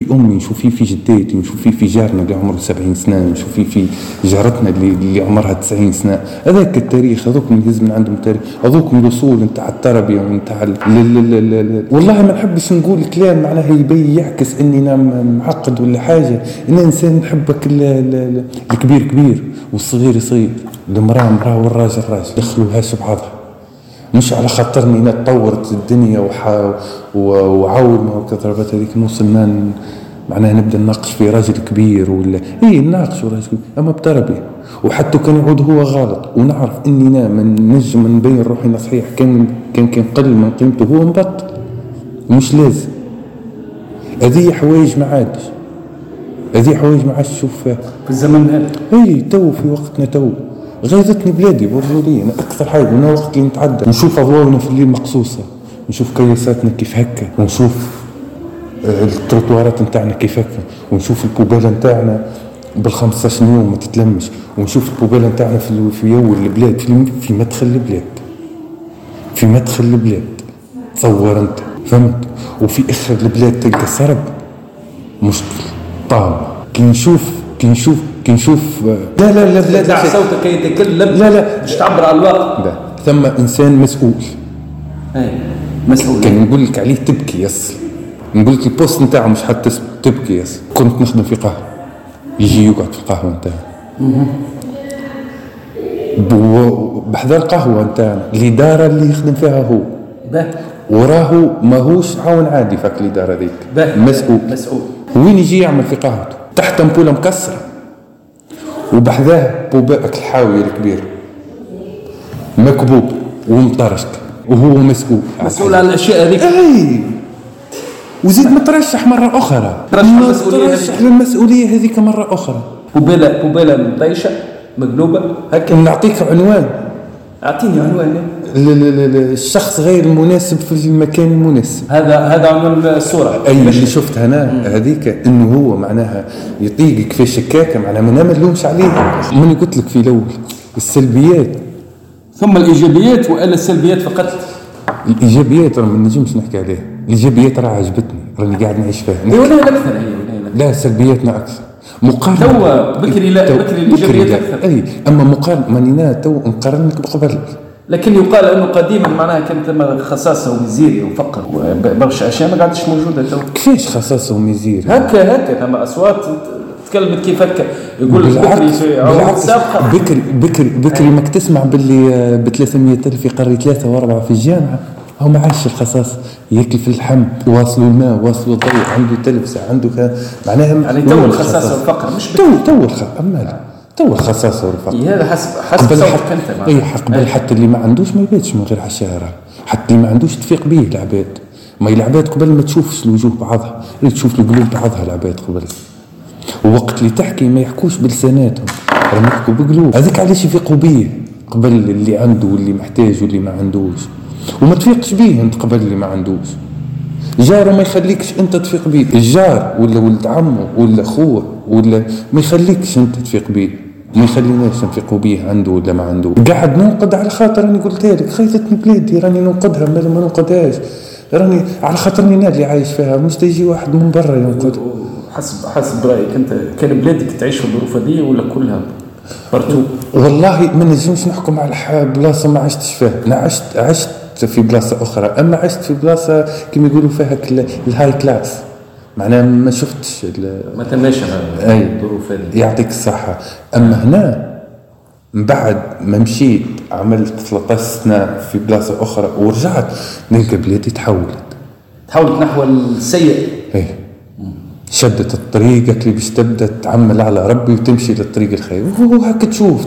امي، نشوف فيه في جداتي، نشوف فيه في جارنا اللي عمره 70 سنه، نشوف فيه في جارتنا اللي عمرها 90 سنه. هذاك التاريخ، هذوك اللي يهز من عندهم تاريخ، هذوك من الاصول نتاع التربيه ونتاع والله ما نحبش نقول كلام معناها يبي يعكس اني انا معقد ولا حاجه. انا انسان نحبك الكبير كبير والصغير صغير، المراه مراه والراجل راجل، دخلوهاش بعضها. مش على خاطرني انا تطورت الدنيا وعاود وكثرت هذيك نوصل ما معناها نبدا نناقش في راجل كبير ولا نناقش راجل كبير، اما بتربيه. وحتى كان يعود هو غلط ونعرف اني انا من نجم نبين روحي صحيح، كان قل من قيمته هو مبطل، مش لازم. هذه حوايج ما عادش، هذه حوايج ما عادش تشوف في الزمن هذا. تو في وقتنا تو غيظتني بلادي برجولية. أنا أكثر حاجة أنا وقت اللي نتعدى نشوف أضواءنا في الليل مقصوصة، نشوف كياساتنا كيف هكا، ونشوف التروتوارات نتاعنا كيف هكا، ونشوف البوبالة نتاعنا بال15 يوم ما تتلمش، ونشوف البوبالة نتاعنا في يول البلاد، في مدخل البلاد، في مدخل البلاد. تصور أنت فهمت؟ وفي آخر البلاد تلقى سرب مش طعم. كي نشوف لا دع صوتك يتكلم. لا مش تعبر على الواقع. لا ثم انسان مسؤول. مسؤول. كان نقول لك عليه تبكي يس، نقول لك البوست نتاعه مش حتى تبكي يس. كنت نخدم في قهوه، يجي يقعد في القهوه نتاعنا بحذا القهوه نتاعنا الاداره اللي يخدم فيها هو وراه ماهوش عاون عادي فاك الاداره ذيك. مسؤول. وين يجي يعمل في قهوته تحت امبوله مكسره وبحذاه بوباء الحاوية الكبير مكبوب ومطرشك، وهو مسؤول على الاشياء هذيك. وزيد مترشح مرة أخرى، مترشح للمسؤولية هذيك مرة أخرى. بوبالة مطيشة مقلوبة هكا. نعطيك عنوان، أعطيني عنوان. الشخص غير المناسب في المكان المناسب. هذا عنوان الصورة. أي اللي شفتها أنا هذيك، إنه هو معناها يطيقك في شكاكة، معناها ما نلومش عليها. من قلت لك في الأول السلبيات ثم الإيجابيات، وإلا السلبيات فقط. الإيجابيات ما نجمش نحكي عليها، الإيجابيات راه عجبتني، راني قاعد نعيش فيها. ولا أكثر لا سلبياتنا أكثر. مقارنة تو بكري الإيجابيات أكثر. أي أما مقارنة مانينا تو نقارنك بقبل. لكن يقال أنه قديما معناها كانت خصاصة وميزيري وفقر وبرشا أشياء ما قاعدش موجودة تو. كيفاش خصاصة وميزيري؟ هكا ثم أصوات تكلمت كيف هكا. يقول بالعكس بكري ماك تسمع باللي ب 300,000 يقري 3 و4 في الجامعة. هو ما عاش الخصاص، ياكل في اللحم، واصلوا الماء، واصلوا الضوء، عنده تلفزة، عنده معناها يعني تو الخصاصة والفقر مش تو الخصاصة والفقر. هذا حسب صوتك انت. قبل حتى اللي ما عندوش ما يباتش من غير عشارة، حتى اللي ما عندوش تفيق به العباد. ما العباد قبل ما تشوفش الوجوه بعضها، اللي تشوف القلوب بعضها العباد قبل. ووقت اللي تحكي ما يحكوش بلساناتهم، راهم يحكوا بقلوب. هذاك علاش يفيقوا بيه قبل اللي عنده واللي محتاج واللي ما عندوش، وما تفيقش بيه انت قبل اللي ما عندوش. جاره ما يخليكش انت تفيق بيه، الجار ولا ولد عمه ولا اخوه ولا ما يخليكش انت تفيق بيه، ما يخليناش نفيقوا بيه عنده ولا ما عنده. قاعد ننقد على خاطر راني قلتها لك خيطتني بلادي، راني ننقدها ما ننقدهاش، راني على خاطرني انا اللي عايش فيها، مش تيجي واحد من برا ينقد. حسب رايك انت، كان بلادك تعيش في الظروف هذه ولا كلها برتو؟ والله ما نجمش نحكم على بلاصه ما عشتش فيها. انا عشت في بلاصه اخرى، اما عشت في بلاصه كما يقولوا فيها الهاي كلاس، معناها ما شفتش ما تماش الظروف هذه. يعطيك الصحه. اما هنا من بعد ما مشيت عملت 13 سنه في بلاصه اخرى ورجعت نلقى بلادي تحولت نحو السيء. شدت الطريق اللي باش تبدا تعمل على ربي وتمشي للطريق الخير. وهكا تشوف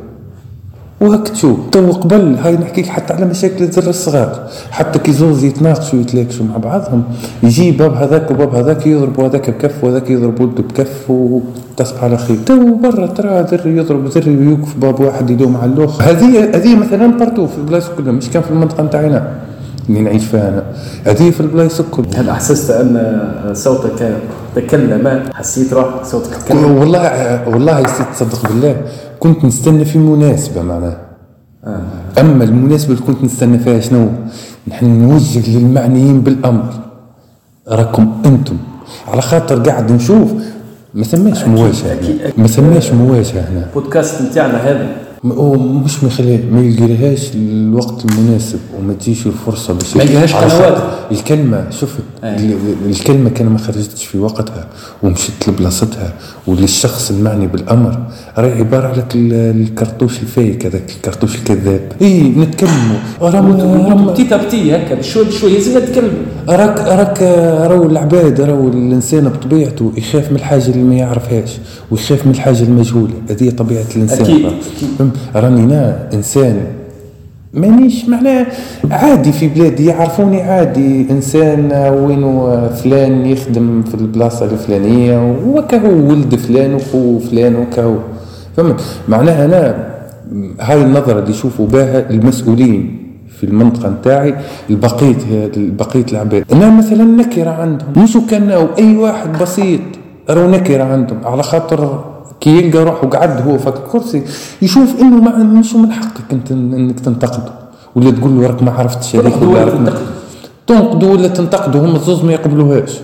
تو قبل هاي نحكيك حتى على مشاكل الذر الصغار، حتى كي زوز يتناقشوا ويتلاقشوا مع بعضهم، يجي باب هذاك وباب هذاك يضربوا هذاك بكف وهذاك يضرب ولده بكف وتصبح على خير. تو برا ترى ذر يضرب ذر ويوقف باب واحد يلوم على الاخر. هذه مثلا برتو في البلايص كلها، مش كان في المنطقه نتاعنا اللي نعيش فيها انا، هذه في البلايص كلها. هل احسست ان صوتك تكلم؟ حسيت روحك صوتك تكلم؟ والله يا سيدي تصدق بالله كنت نستنى في مناسبه معناها. اما المناسبه اللي كنت نستنى فيها شنو؟ نحن نوجه للمعنيين بالامر، راكم انتم على خاطر قاعد نشوف ما سماش مواجهه، ما سماش مواجهه هنا. بودكاست نتاعنا هذا مش ما يلقيلهاش الوقت المناسب وما تجيش الفرصه باش ما يلقيلهاش قنوات. الكلمه شفت الكلمه كان ما خرجتش في وقتها ومشيت لبلاصتها وللشخص المعني بالامر، راهي عباره على الكرتوش الفايك هذاك الكرتوش الكذاب. نتكلموا بتي هكا بشوي يزيد نتكلم. راهو العباد راهو الانسان بطبيعته يخاف من الحاجه اللي ما يعرفهاش ويخاف من الحاجه المجهوله، هذه طبيعه الانسان. أكيد. راني انسان مانيش معناه عادي في بلادي يعرفوني عادي انسان وينو فلان يخدم في البلاصه الفلانيه وكهو ولد فلان وخو فلان وكهو فهمت معناها. انا هاي النظره اللي يشوفوا بها المسؤولين في المنطقه نتاعي البقيه العباد، انا مثلا نكره عندهم مش كان اي واحد بسيط راهو نكره عندهم، على خاطر كي يلقى روحه قعد هو في الكرسي يشوف انه مش من حقك انت انك تنتقده ولا تقول له راك ما عرفتش هذيك ولا تنقده ولا تنتقده. هم الزوز ما يقبلوهاش،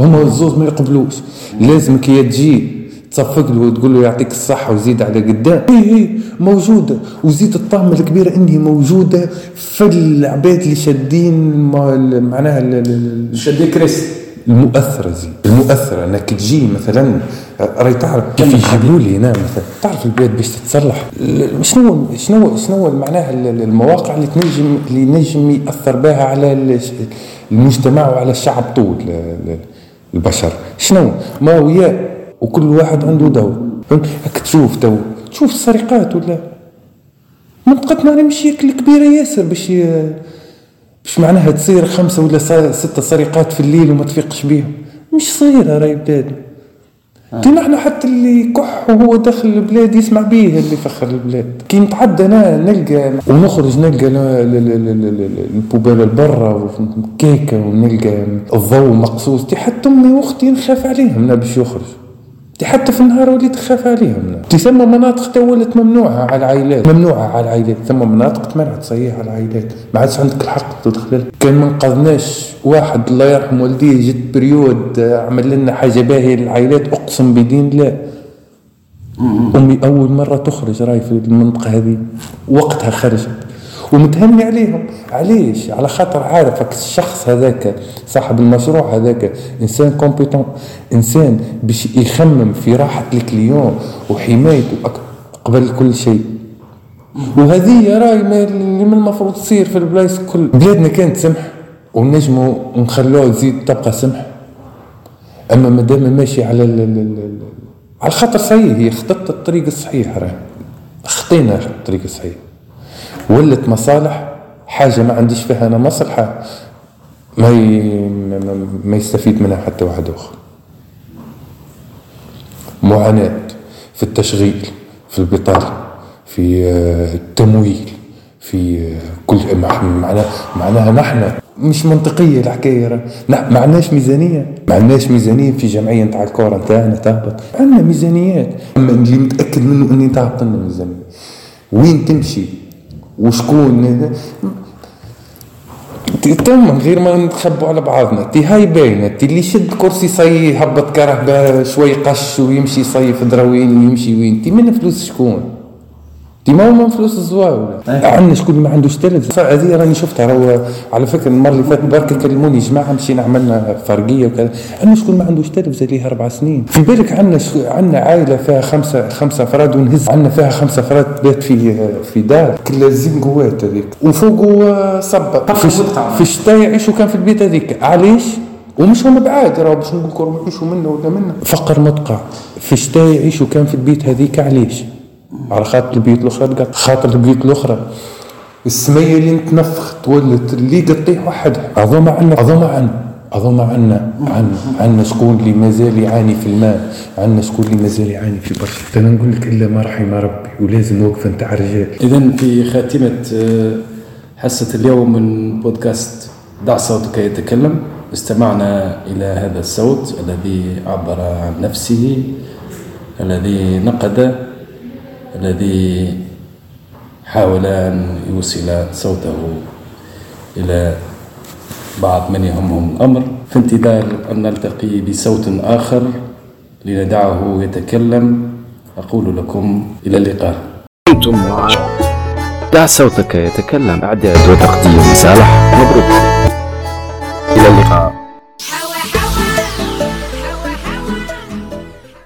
لازم كي تجي تصفق له وتقول له يعطيك الصحه وزيد على قدام. هي موجوده، وزيد الطامه الكبيره اني موجوده في العباد اللي شادين معناها شادين كريس المؤثره انك تجي مثلا راي تعرف كيف يجيبوا لي هنا مثلا تعرف البلاد باش تتصلح شنو معناها المواقع اللي نجم ياثر بها على المجتمع وعلى الشعب طول البشر. شنو ما هو وكل واحد عنده دور. هك تشوف السرقات ولا منطقتنا راه مش كبيره ياسر باش معناها تصير 5 ولا 6 سرقات في الليل وما تفيقش بيهم، مش صغيره راهي بلاد. نحن حتى اللي كح وهو داخل البلاد يسمع بيه اللي فخر البلاد. كي نتعدى نلقى ونخرج نلقى البوبال البرة وكيكة ونلقى الضوء مقصوص، حتى امي واختي نخاف عليهم باش يخرج، حتى في النهار وليت تخاف عليهم. ثم مناطق تولت ممنوعة على العائلات، ثم مناطق تمنعت صحيح على العائلات، ما عادش عندك الحق تدخل. كان ما نقذناش واحد الله يرحم والديه جت بريود عمل لنا حاجة باهية للعائلات، أقسم بدين لا أمي أول مرة تخرج راي في المنطقة هذه وقتها خرجت ومتهني عليهم. علاش؟ على خاطر عارفك الشخص هذاك صاحب المشروع هذاك انسان كومبيتون، انسان باش يخمم في راحه الكليون وحمايته قبل كل شيء. وهذه راي اللي من المفروض تصير في البلايص كل بلادنا كانت سمح ونجموا نخلوه تزيد تبقى سمح. اما مادام ماشي على خاطر صحيح هي خطط الطريق الصحيح، راه خطينا الطريق الصحيح ولت مصالح حاجة ما عنديش فيها أنا مصلحة ما يستفيد منها حتى واحد آخر. معاناة في التشغيل، في البطالة، في التمويل، في كل معناها نحن مش منطقية الحكاية. ما عندناش ميزانية في جمعية نتاع الكورة نتاعنا تهبط. عندنا ميزانيات أما اللي متأكد منه أني تهبط لنا ميزانية وين تمشي وشكون تم غير ما نتخبوا على بعضنا. هاي باينه اللي يشد كرسي صي يهبط كره شوي قش ويمشي صي في دراوين ويمشي وين من فلوس شكون ما هو من فلوس الزواوله. عندنا شكون ما عندوش تلفزيون. هذه راني شفتها راهو على فكره المره اللي فاتت برك كلموني جماعه مشينا عملنا فرقيه وكذا. عندنا شكون ما عندوش تلفزيون ليه 4 سنين في بالك. عندنا عائله فيها 5 افراد ونهز عندنا فيها 5 افراد بيت في دار كل الزنقوات هذيك وفوقه صبه في الشتاء يعيشوا كان في البيت هذيك. علاش؟ ومش هم بعاد راهو باش نقول لكم يعيشوا منه ولا منه فقر مدقع. في الشتاء يعيشوا كان في البيت هذيك. علاش؟ على خاطر البيوت الاخرى تقطع. خاطر البيوت الاخرى السميه اللي نتنفخت ولت اللي تطيح وحدها. عظمه عندنا شكون اللي مازال يعاني في الماء، عندنا شكون اللي مازال يعاني في برشا. انا نقول لك الا ما رحم ربي ولازم وقفه نتاع رجال. اذا في خاتمه حصه اليوم من بودكاست دع صوتك يتكلم استمعنا الى هذا الصوت الذي عبر عن نفسه، الذي نقد، الذي حاول أن يوصل صوته إلى بعض من يهمهم الأمر. في انتظار أن نلتقي بصوت آخر لندعه يتكلم. أقول لكم إلى اللقاء. دع صوتك يتكلم. إعداد وتقديم صالح مبروك. إلى اللقاء.